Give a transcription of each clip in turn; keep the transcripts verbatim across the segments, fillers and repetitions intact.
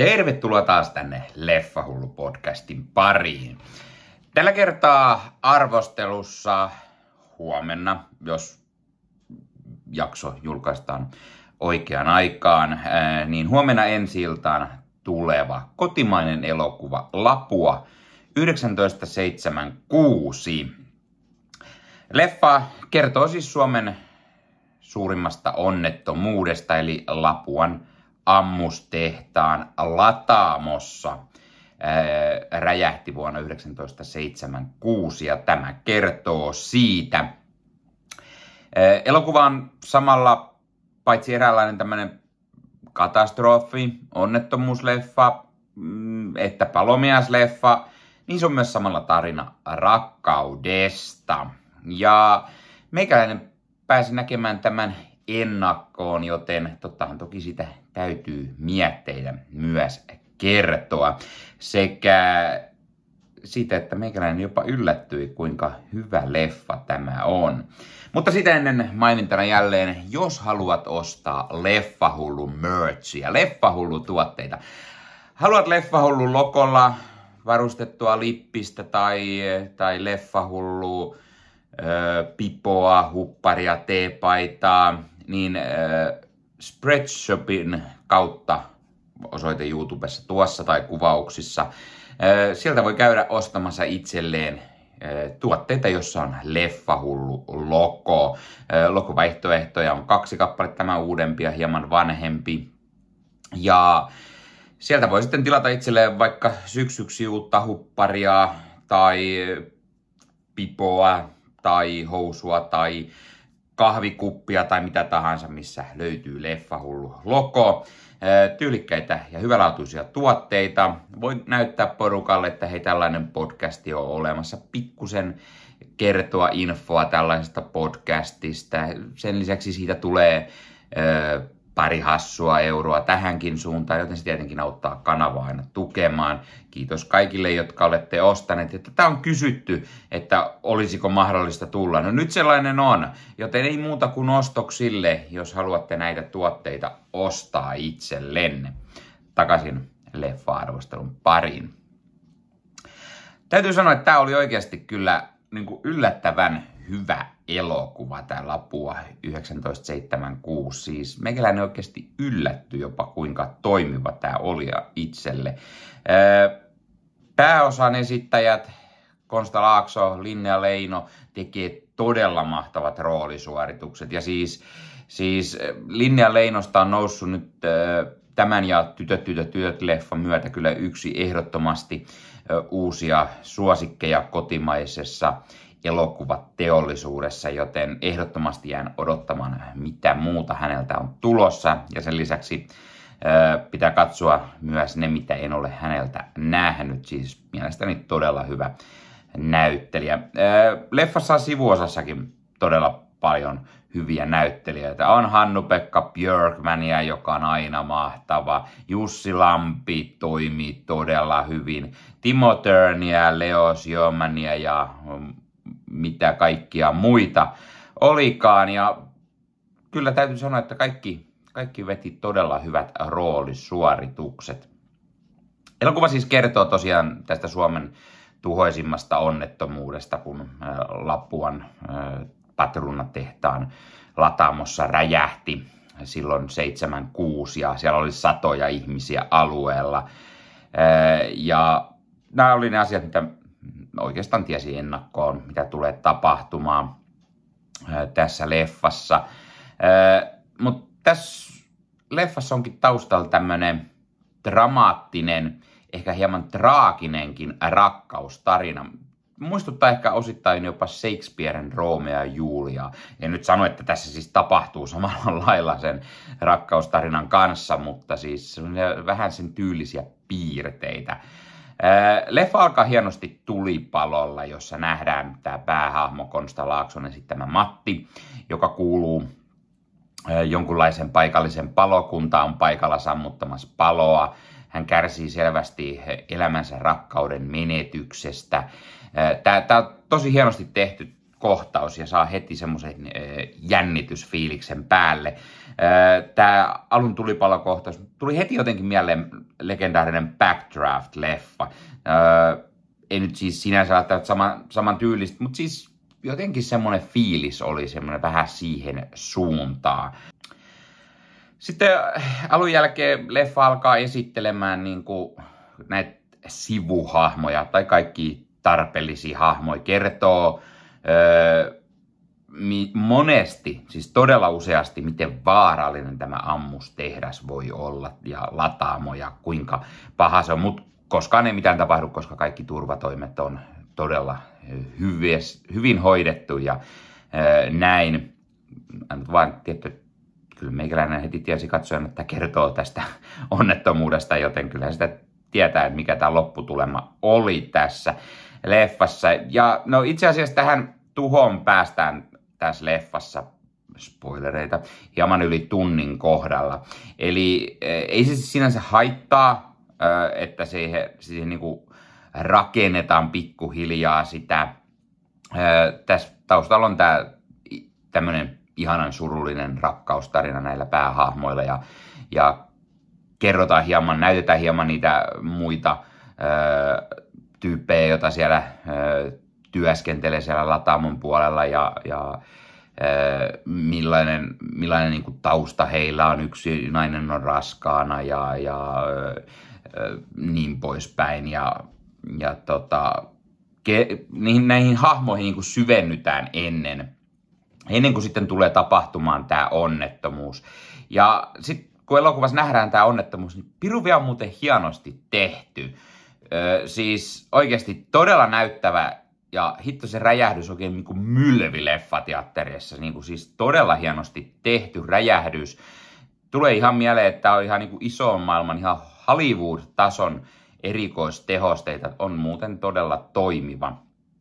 Tervetuloa taas tänne Leffahullu-podcastin pariin. Tällä kertaa arvostelussa huomenna, jos jakso julkaistaan oikeaan aikaan, niin huomenna ensi-iltaan tuleva kotimainen elokuva Lapua yhdeksäntoista seitsemänkymmentäkuusi. Leffa kertoo siis Suomen suurimmasta onnettomuudesta, eli Lapuan ammustehtaan Lataamossa ää, räjähti vuonna yhdeksäntoista seitsemänkymmentäkuusi, ja tämä kertoo siitä. Ää, elokuva on samalla paitsi eräänlainen tämmöinen katastrofi, onnettomuusleffa, mm, että palomiesleffa, niin se on myös samalla tarina rakkaudesta. Ja meikäläinen pääsi näkemään tämän ennakkoon, joten tottahan toki sitä täytyy mietteitä myös kertoa. Sekä siitä, että meikäläinen jopa yllättyi, kuinka hyvä leffa tämä on. Mutta sitä ennen mainintana jälleen, jos haluat ostaa Leffahullu merchia, Leffahullu tuotteita, haluat Leffahullu logolla varustettua lippistä tai, tai Leffahullu ö, pipoa, hupparia, teepaitaa, niin ö, Spreadshopin kautta, osoite YouTubessa tuossa tai kuvauksissa, ö, sieltä voi käydä ostamassa itselleen tuotteita, jossa on Leffahullu logo. Logovaihtoehtoja on kaksi kappaletta, tämä uudempi ja hieman vanhempi. Ja sieltä voi sitten tilata itselleen vaikka syksyksi uutta hupparia tai pipoa tai housua tai kahvikuppia tai mitä tahansa, missä löytyy Leffahullu logo. Tyylikkäitä ja hyvälaatuisia tuotteita. Voi näyttää porukalle, että hei, tällainen podcasti on olemassa. Pikkusen kertoa infoa tällaisesta podcastista. Sen lisäksi siitä tulee ö, pari hassua euroa tähänkin suuntaan, joten se tietenkin auttaa kanavaa aina tukemaan. Kiitos kaikille, jotka olette ostaneet. Tätä on kysytty, että olisiko mahdollista tulla. No nyt sellainen on, joten ei muuta kuin ostoksille, jos haluatte näitä tuotteita ostaa itsellenne. Takaisin leffa-arvostelun pariin. Täytyy sanoa, että tämä oli oikeasti kyllä niin kuin yllättävän hyvä elokuva, tämä Lapua yhdeksäntoista seitsemänkymmentäkuusi. Siis meikäläinen oikeasti yllättyi jopa, kuinka toimiva tämä oli itselle. Pääosan esittäjät Konsta Laakso, Linnea Leino tekee todella mahtavat roolisuoritukset. Ja siis, siis Linnea Leinosta on noussut nyt tämän ja Tytöt, tytöt, tytöt leffan myötä kyllä yksi ehdottomasti uusia suosikkeja kotimaisessa elokuvateollisuudessa, joten ehdottomasti jään odottamaan, mitä muuta häneltä on tulossa. Ja sen lisäksi ö, pitää katsoa myös ne, mitä en ole häneltä nähnyt. Siis mielestäni todella hyvä näyttelijä. Ö, leffassa on sivuosassakin todella paljon hyviä näyttelijöitä. On Hannu-Pekka Björkmania, joka on aina mahtava. Jussi Lampi toimii todella hyvin. Timo Turnia, Leo Siomania ja mitä kaikkia muita olikaan. Ja kyllä täytyy sanoa, että kaikki, kaikki veti todella hyvät roolisuoritukset. Elokuva siis kertoo tosiaan tästä Suomen tuhoisimmasta onnettomuudesta, kun Lapuan patruunatehtaan Lataamossa räjähti silloin seitsemänkymmentäkuusi, ja siellä oli satoja ihmisiä alueella. Ja nämä oli ne asiat, mitä oikeastaan tiesi ennakkoon, mitä tulee tapahtumaan tässä leffassa. Mutta tässä leffassa onkin taustalla tämmöinen dramaattinen, ehkä hieman traaginenkin rakkaustarina. Muistuttaa ehkä osittain jopa Shakespearen Romeo ja Julia. En nyt sano, että tässä siis tapahtuu samalla lailla sen rakkaustarinan kanssa, mutta siis vähän sen tyylisiä piirteitä. Leffa alkaa hienosti tulipalolla, jossa nähdään tämä päähahmo Konsta Laakson esittämä Matti, joka kuuluu jonkunlaisen paikallisen palokuntaan, on paikalla sammuttamassa paloa. Hän kärsii selvästi elämänsä rakkauden menetyksestä. Tämä on tosi hienosti tehty kohtaus ja saa heti semmoisen jännitysfiiliksen päälle. Tämä alun tulipalokohtaus tuli heti jotenkin mieleen legendaarinen Backdraft-leffa. Ei nyt siis sinänsä välttämättä saman, saman tyylistä, mutta siis jotenkin semmoinen fiilis oli semmoinen vähän siihen suuntaan. Sitten alun jälkeen leffa alkaa esittelemään niin kuin näitä sivuhahmoja tai kaikki tarpeellisia hahmoja. Kertoo öö, mi- monesti, siis todella useasti, miten vaarallinen tämä ammustehdas voi olla ja lataamo ja kuinka paha se on. Mutta koskaan ei mitään tapahdu, koska kaikki turvatoimet on todella hyvies, hyvin hoidettu ja öö, näin. Vaan tietty, kyllä meikäläinen heti tiesi katsoen, että kertoo tästä onnettomuudesta, joten kyllä sitä tietää, että mikä tämä lopputulema oli tässä leffassa. Ja no itse asiassa tähän tuhoon päästään tässä leffassa, spoilereita, hieman yli tunnin kohdalla. Eli ei se sinänsä haittaa, että siihen, siihen niin kuin rakennetaan pikkuhiljaa sitä. Tässä taustalla on tämä tämmöinen ihanan surullinen rakkaustarina näillä päähahmoilla ja, ja kerrotaan hieman, näytetään hieman niitä muita ö, tyyppejä, joita siellä ö, työskentelee siellä Lataamon puolella ja, ja ö, millainen, millainen niin kuin tausta heillä on. Yksi nainen on raskaana ja, ja ö, ö, niin poispäin. Ja, ja tota, ke, niihin, näihin hahmoihin niin kuin syvennytään ennen, ennen kuin sitten tulee tapahtumaan tämä onnettomuus. Ja sitten kun elokuvassa nähdään tämä onnettomuus, niin piru vielä on muuten hienosti tehty. Öö, siis oikeasti todella näyttävä ja hitto se räjähdys oikein niin kuin mylvi leffateatterissa. Niin kuin siis todella hienosti tehty räjähdys. Tulee ihan mieleen, että tämä on ihan niin kuin ison maailman, ihan Hollywood-tason erikoistehosteita. On muuten todella toimiva.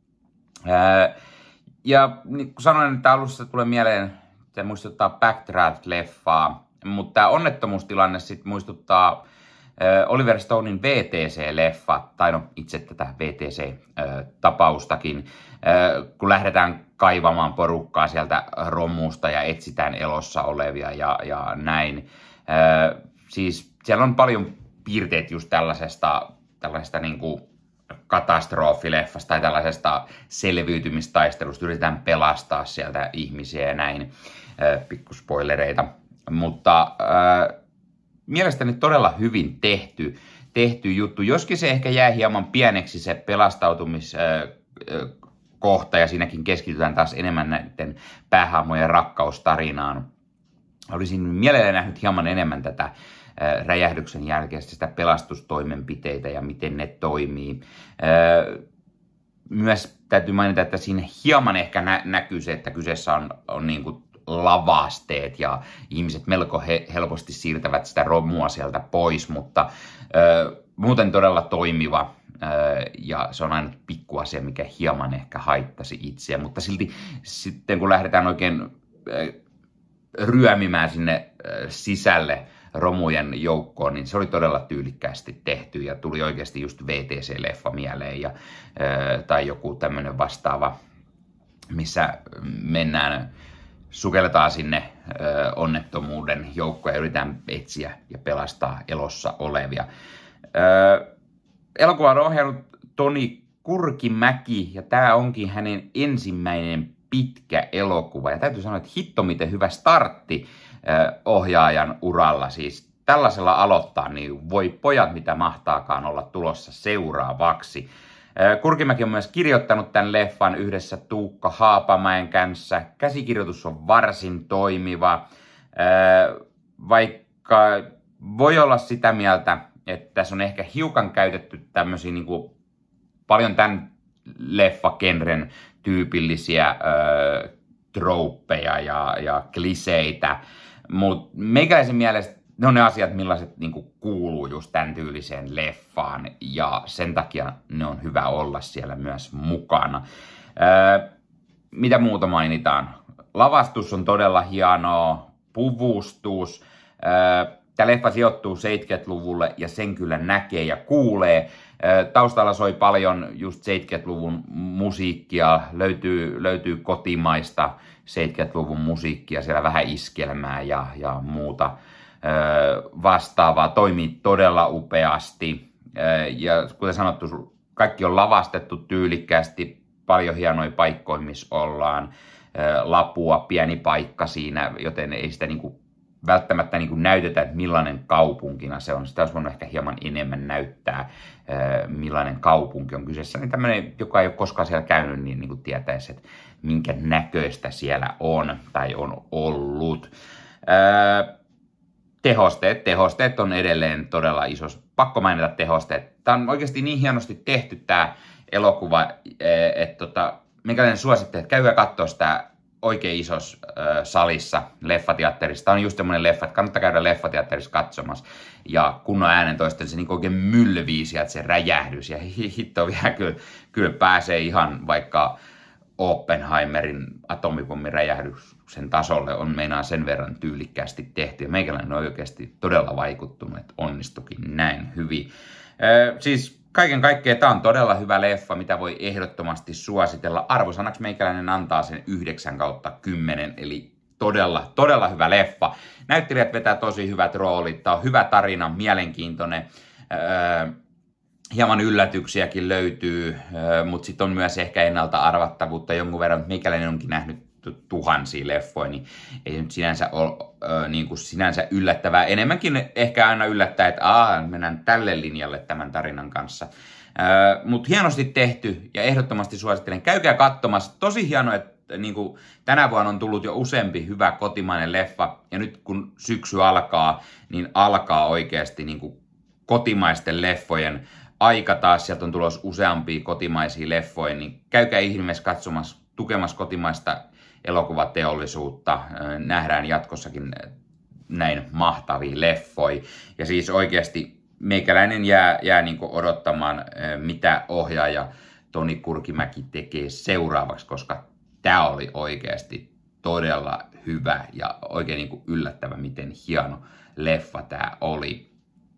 Öö, ja niin kuin sanoin, että alussa tulee mieleen, se muistuttaa Backdraft-leffaa. Mutta tämä onnettomuustilanne sitten muistuttaa äh, Oliver Stonein V T C-leffa, tai no itse tätä V T C-tapaustakin, äh, kun lähdetään kaivamaan porukkaa sieltä romusta ja etsitään elossa olevia ja, ja näin. Äh, siis siellä on paljon piirteet just tällaisesta, tällaisesta niinku katastrofileffasta tai tällaisesta selviytymistaistelusta. Yritetään pelastaa sieltä ihmisiä ja näin. Äh, pikkuspoilereita. Mutta äh, mielestäni todella hyvin tehty, tehty juttu, joskin se ehkä jää hieman pieneksi se pelastautumiskohta äh, ja siinäkin keskitytään taas enemmän näiden päähahmojen rakkaustarinaan. Olisin mielelläni nähnyt hieman enemmän tätä äh, räjähdyksen jälkeistä sitä pelastustoimenpiteitä ja miten ne toimii. Äh, myös täytyy mainita, että siinä hieman ehkä nä- näkyy se, että kyseessä on, on niin kuin lavasteet ja ihmiset melko he, helposti siirtävät sitä romua sieltä pois, mutta ö, muuten todella toimiva ö, ja se on aina pikkuasia, mikä hieman ehkä haittasi itseä, mutta silti sitten kun lähdetään oikein ö, ryömimään sinne ö, sisälle romujen joukkoon, niin se oli todella tyylikkäästi tehty ja tuli oikeasti just V T C-leffa mieleen ja, ö, tai joku tämmöinen vastaava, missä mennään sukelletaan sinne ö, onnettomuuden joukkoon ja yritetään etsiä ja pelastaa elossa olevia. Ö, elokuva on ohjannut Toni Kurkimäki ja tämä onkin hänen ensimmäinen pitkä elokuva. Ja täytyy sanoa, että hitto miten hyvä startti ö, ohjaajan uralla. Siis tällaisella aloittaa, niin voi pojat mitä mahtaakaan olla tulossa seuraavaksi. Kurkimäki on myös kirjoittanut tämän leffan yhdessä Tuukka Haapamäen kanssa. Käsikirjoitus on varsin toimiva, vaikka voi olla sitä mieltä, että tässä on ehkä hiukan käytetty tämmöisiä niin kuin paljon tämän leffagenren tyypillisiä trouppeja ja, ja kliseitä, mutta meikäläisen mielestä ne on ne asiat, millaiset niin kuin, kuuluu just tämän tyyliseen leffaan ja sen takia ne on hyvä olla siellä myös mukana. Öö, mitä muuta mainitaan? Lavastus on todella hienoa, puvustus. Öö, Tämä leffa sijoittuu seitsemänkymmentäluvulle ja sen kyllä näkee ja kuulee. Taustalla soi paljon just seitsemänkymmentäluvun musiikkia, löytyy, löytyy kotimaista seitsemänkymmentäluvun musiikkia, siellä vähän iskelmää ja, ja muuta vastaavaa. Toimii todella upeasti ja kuten sanottu, kaikki on lavastettu tyylikkäästi, paljon hienoja paikkoja, missä ollaan. Lapua, pieni paikka siinä, joten ei sitä niinku välttämättä niinku näytetä, että millainen kaupunkina se on. Sitä olisi voinut ehkä hieman enemmän näyttää, millainen kaupunki on kyseessä. Niin tämmöinen, joka ei ole koskaan siellä käynyt, niin niinku tietäisi, että minkä näköistä siellä on tai on ollut. Tehosteet. Tehosteet on edelleen todella isos. Pakko mainita tehosteet. Tämä on oikeasti niin hienosti tehty tämä elokuva, että tota, minkälainen suosittelen, että käykää katsoa sitä oikein isossa äh, salissa leffateatterissa. Tämä on just semmoinen leffa, että kannattaa käydä leffateatterissa katsomassa. Ja kunnon äänentoisten se niin oikein mylvii sieltä se räjähdys. Ja hitto vielä kyllä, kyllä pääsee ihan vaikka Oppenheimerin atomipommin räjähdyksen tasolle on meinaa sen verran tyylikkäästi tehty. Ja meikäläinen on oikeasti todella vaikuttunut, että onnistukin näin hyvin. Äh, siis kaiken kaikkiaan tämä on todella hyvä leffa, mitä voi ehdottomasti suositella. Arvosanaksi meikäläinen antaa sen yhdeksän kautta kymmenen, eli todella, todella hyvä leffa. Näyttelijät vetää tosi hyvät roolit, tämä on hyvä tarina, mielenkiintoinen. Öö, hieman yllätyksiäkin löytyy, öö, mutta sitten on myös ehkä ennalta arvattavuutta jonkun verran. Meikäläinen onkin nähnyt tuhansia leffoja, niin ei nyt sinänsä ole ö, niin kuin sinänsä yllättävää. Enemmänkin ehkä aina yllättää, että aa, mennään tälle linjalle tämän tarinan kanssa. Mutta hienosti tehty ja ehdottomasti suosittelen. Käykää katsomassa. Tosi hienoa, että niin kuin, tänä vuonna on tullut jo useampi hyvä kotimainen leffa. Ja nyt kun syksy alkaa, niin alkaa oikeasti niin kuin kotimaisten leffojen aika taas. Sieltä on tulossa useampia kotimaisia leffoja, niin käykää ihmeessä katsomassa, tukemassa kotimaista elokuvateollisuutta. Nähdään jatkossakin näin mahtavia leffoja. Ja siis oikeasti meikäläinen jää, jää niin kuin odottamaan, mitä ohjaaja Toni Kurkimäki tekee seuraavaksi, koska tämä oli oikeasti todella hyvä ja oikein niin kuin yllättävä, miten hieno leffa tämä oli.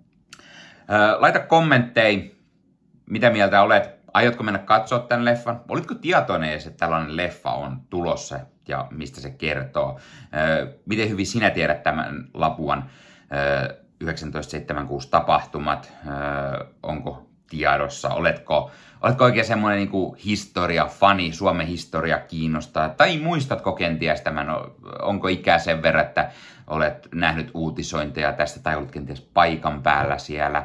Laita kommentteja, mitä mieltä olet. Aiotko mennä katsoa tämän leffan? Olitko tietoinen edes, että tällainen leffa on tulossa ja mistä se kertoo? Miten hyvin sinä tiedät tämän Lapuan tuhatyhdeksänsataaseitsemänkymmentäkuusi tapahtumat? Onko tiedossa? Oletko, oletko oikein semmoinen niin kuin historia-fani, Suomen historia kiinnostaa? Tai muistatko kenties tämän? Onko ikää sen verran, että olet nähnyt uutisointeja tästä tai olet kenties paikan päällä siellä?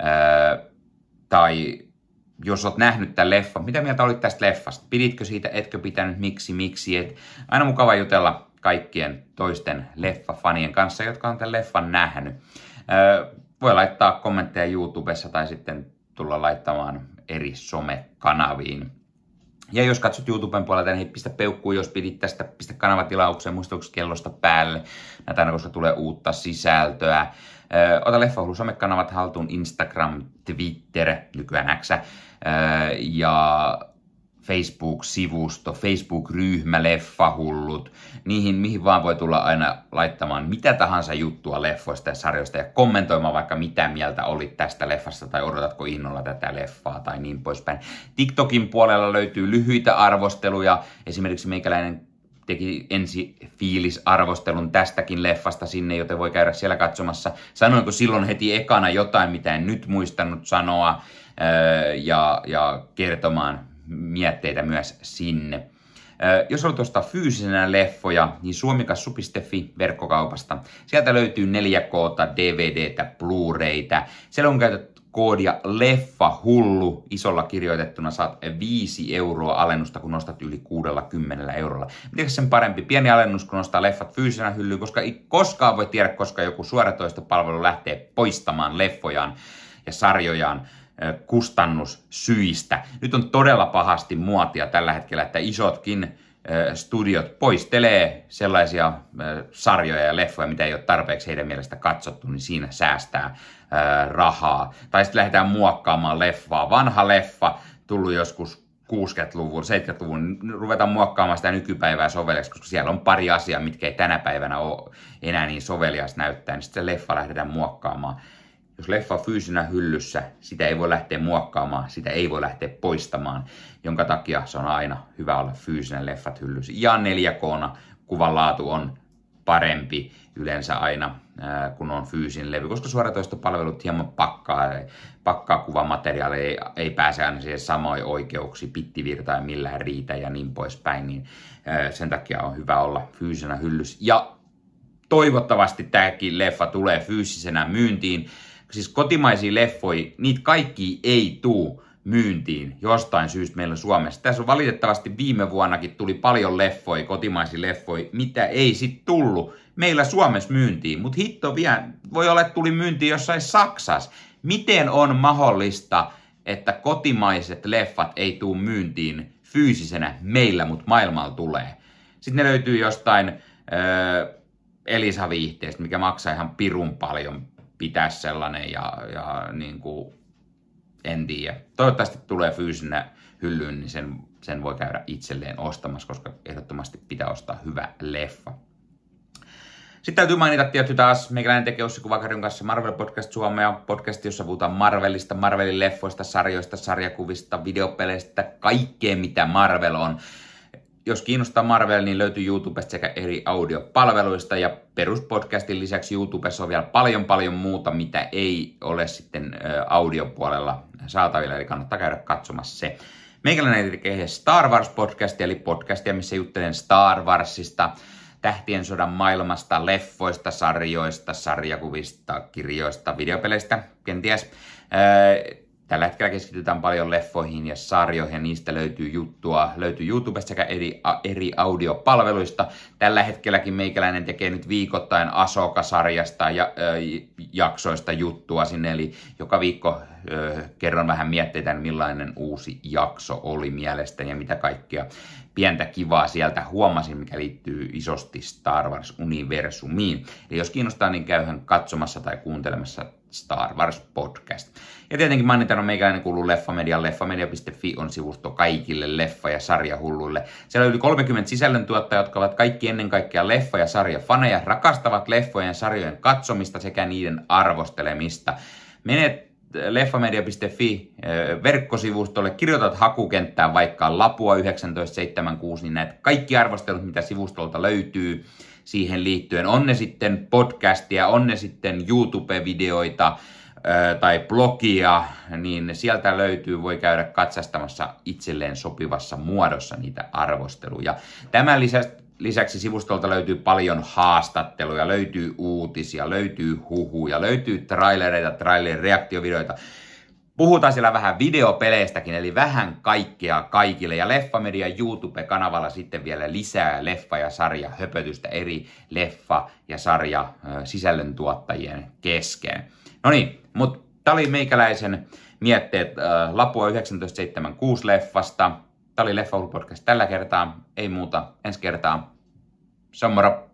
Tai jos olet nähnyt tämän leffan, mitä mieltä olit tästä leffasta? Piditkö siitä, etkö pitänyt, miksi, miksi? Et aina mukava jutella kaikkien toisten leffafanien kanssa, jotka on tämän leffan nähnyt. Öö, voi laittaa kommentteja YouTubessa tai sitten tulla laittamaan eri somekanaviin. Ja jos katsot YouTuben puolelta, niin pistä peukkuun, jos pidit tästä, pistä kanavatilaukseen, muistuksi kellosta päälle. Näitä aina, koska tulee uutta sisältöä. Öö, ota Leffahullu somekanavat haltuun, Instagram, Twitter, nykyään X, öö, ja Facebook-sivusto, Facebook-ryhmä, Leffahullut. Niihin, mihin vaan voi tulla aina laittamaan mitä tahansa juttua leffoista ja sarjoista ja kommentoimaan vaikka mitä mieltä olit tästä leffasta tai odotatko innolla tätä leffaa tai niin poispäin. TikTokin puolella löytyy lyhyitä arvosteluja. Esimerkiksi meikäläinen teki ensi fiilisarvostelun tästäkin leffasta sinne, joten voi käydä siellä katsomassa. Sanoinko silloin heti ekana jotain, mitä en nyt muistanut sanoa, ja, ja kertomaan mietteitä myös sinne. Jos haluat ostaa fyysisenä leffoja, niin suomikassu piste fi verkkokaupasta. Sieltä löytyy neljä K-ta, D V D:tä, Blu-raytä. Siellä on käytetty koodia Leffahullu. Isolla kirjoitettuna saat viisi euroa alennusta, kun nostat yli kuusikymmentä eurolla. Miten sen parempi? Pieni alennus, kun nostaa leffat fyysisenä hyllyyn, koska ei koskaan voi tiedä, koska joku suoratoistopalvelu lähtee poistamaan leffojaan ja sarjojaan kustannussyistä. Nyt on todella pahasti muotia tällä hetkellä, että isotkin studiot poistelee sellaisia sarjoja ja leffoja, mitä ei ole tarpeeksi heidän mielestä katsottu, niin siinä säästää rahaa. Tai sitten lähdetään muokkaamaan leffaa. Vanha leffa, tullut joskus kuusikymmentäluvulla, seitsemänkymmentäluvulla, niin ruvetaan muokkaamaan sitä nykypäivää sovelliaksi, koska siellä on pari asiaa, mitkä ei tänä päivänä ole enää niin sovelias näyttää, niin sitten se leffa lähdetään muokkaamaan. Jos leffa on fyysinä hyllyssä, sitä ei voi lähteä muokkaamaan, sitä ei voi lähteä poistamaan, jonka takia se on aina hyvä olla fyysinen leffat hyllyssä. Ja neljä K-na kuvan laatu on parempi yleensä aina, kun on fyysinen levy, koska suoratoistopalvelut hieman pakkaa, pakkaa kuvamateriaalia, ei, ei pääse aina siihen samoin oikeuksiin, pittivirta ja millään riitä ja niin poispäin, niin sen takia on hyvä olla fyysisenä hyllyssä. Ja toivottavasti tämäkin leffa tulee fyysisenä myyntiin. Siis kotimaisia leffoja, niitä kaikki ei tuu myyntiin jostain syystä meillä Suomessa. Tässä on valitettavasti viime vuonnakin tuli paljon leffoja, kotimaisia leffoja, mitä ei sit tullut meillä Suomessa myyntiin. Mutta hitto vielä, voi olla, että tuli myyntiin jossain Saksassa. Miten on mahdollista, että kotimaiset leffat ei tuu myyntiin fyysisenä meillä, mutta maailmalla tulee? Sitten ne löytyy jostain öö, Elisa-viihteestä, mikä maksaa ihan pirun paljon pitää sellainen ja, ja niin kuin, en tiedä. Toivottavasti tulee fyysinä hyllyyn, niin sen, sen voi käydä itselleen ostamassa, koska ehdottomasti pitää ostaa hyvä leffa. Sitten täytyy mainita tietty taas, meikäläinen tekee Ossi Kuvakarjun kanssa Marvel Podcast Suomea, podcast, jossa puhutaan Marvelista, Marvelin leffoista, sarjoista, sarjakuvista, videopeleistä, kaikkea mitä Marvel on. Jos kiinnostaa Marvel, niin löytyy YouTubesta sekä eri audiopalveluista ja peruspodcastin lisäksi YouTubessa on vielä paljon paljon muuta, mitä ei ole sitten audiopuolella saatavilla, eli kannattaa käydä katsomassa se. Meikäläinen tekee Star Wars podcastia, eli podcastia, missä juttelen Star Warsista, Tähtien sodan maailmasta, leffoista, sarjoista, sarjakuvista, kirjoista, videopeleistä, kenties. Tällä hetkellä keskitytään paljon leffoihin ja sarjoihin ja niistä löytyy juttua. Löytyy YouTubesta sekä eri, eri audiopalveluista. Tällä hetkelläkin meikäläinen tekee nyt viikoittain Ahsoka-sarjasta ja äh, jaksoista juttua sinne. Eli joka viikko äh, kerron vähän mietteitä, millainen uusi jakso oli mielestäni ja mitä kaikkea pientä kivaa sieltä huomasin, mikä liittyy isosti Star Wars-universumiin. Eli jos kiinnostaa, niin käyhän katsomassa tai kuuntelemassa Star Wars Podcast. Ja tietenkin mainitaan, meikäläinen kuuluu Leffamedia. Leffamedia piste fi on sivusto kaikille leffa- ja sarjahulluille. Siellä löytyy kolmekymmentä sisällöntuottajia, jotka ovat kaikki ennen kaikkea leffa- ja sarjafaneja, rakastavat leffojen ja sarjojen katsomista sekä niiden arvostelemista. Menet leffamedia piste fi verkkosivustolle, kirjoitat hakukenttään vaikka Lapua yhdeksäntoista seitsemänkymmentäkuusi, niin näet kaikki arvostelut, mitä sivustolta löytyy siihen liittyen. On ne sitten podcastia, on ne sitten YouTube-videoita tai blogia, niin sieltä löytyy, voi käydä katsastamassa itselleen sopivassa muodossa niitä arvosteluja. Tämän lisäksi Lisäksi sivustolta löytyy paljon haastatteluja, löytyy uutisia, löytyy huhuja, löytyy trailereita, trailerin reaktiovideoita. Puhutaan siellä vähän videopeleistäkin, eli vähän kaikkea kaikille. Ja Leffamedia YouTube-kanavalla sitten vielä lisää leffa- ja sarjahöpötystä eri leffa- ja sarja sisällöntuottajien kesken. No niin, mutta tää oli meikäläisen mietteet äh, Lapua yhdeksäntoista seitsemänkymmentäkuusi leffasta. Tämä oli Leffa Podcast tällä kertaa, ei muuta, ensi kertaa. Se on moro!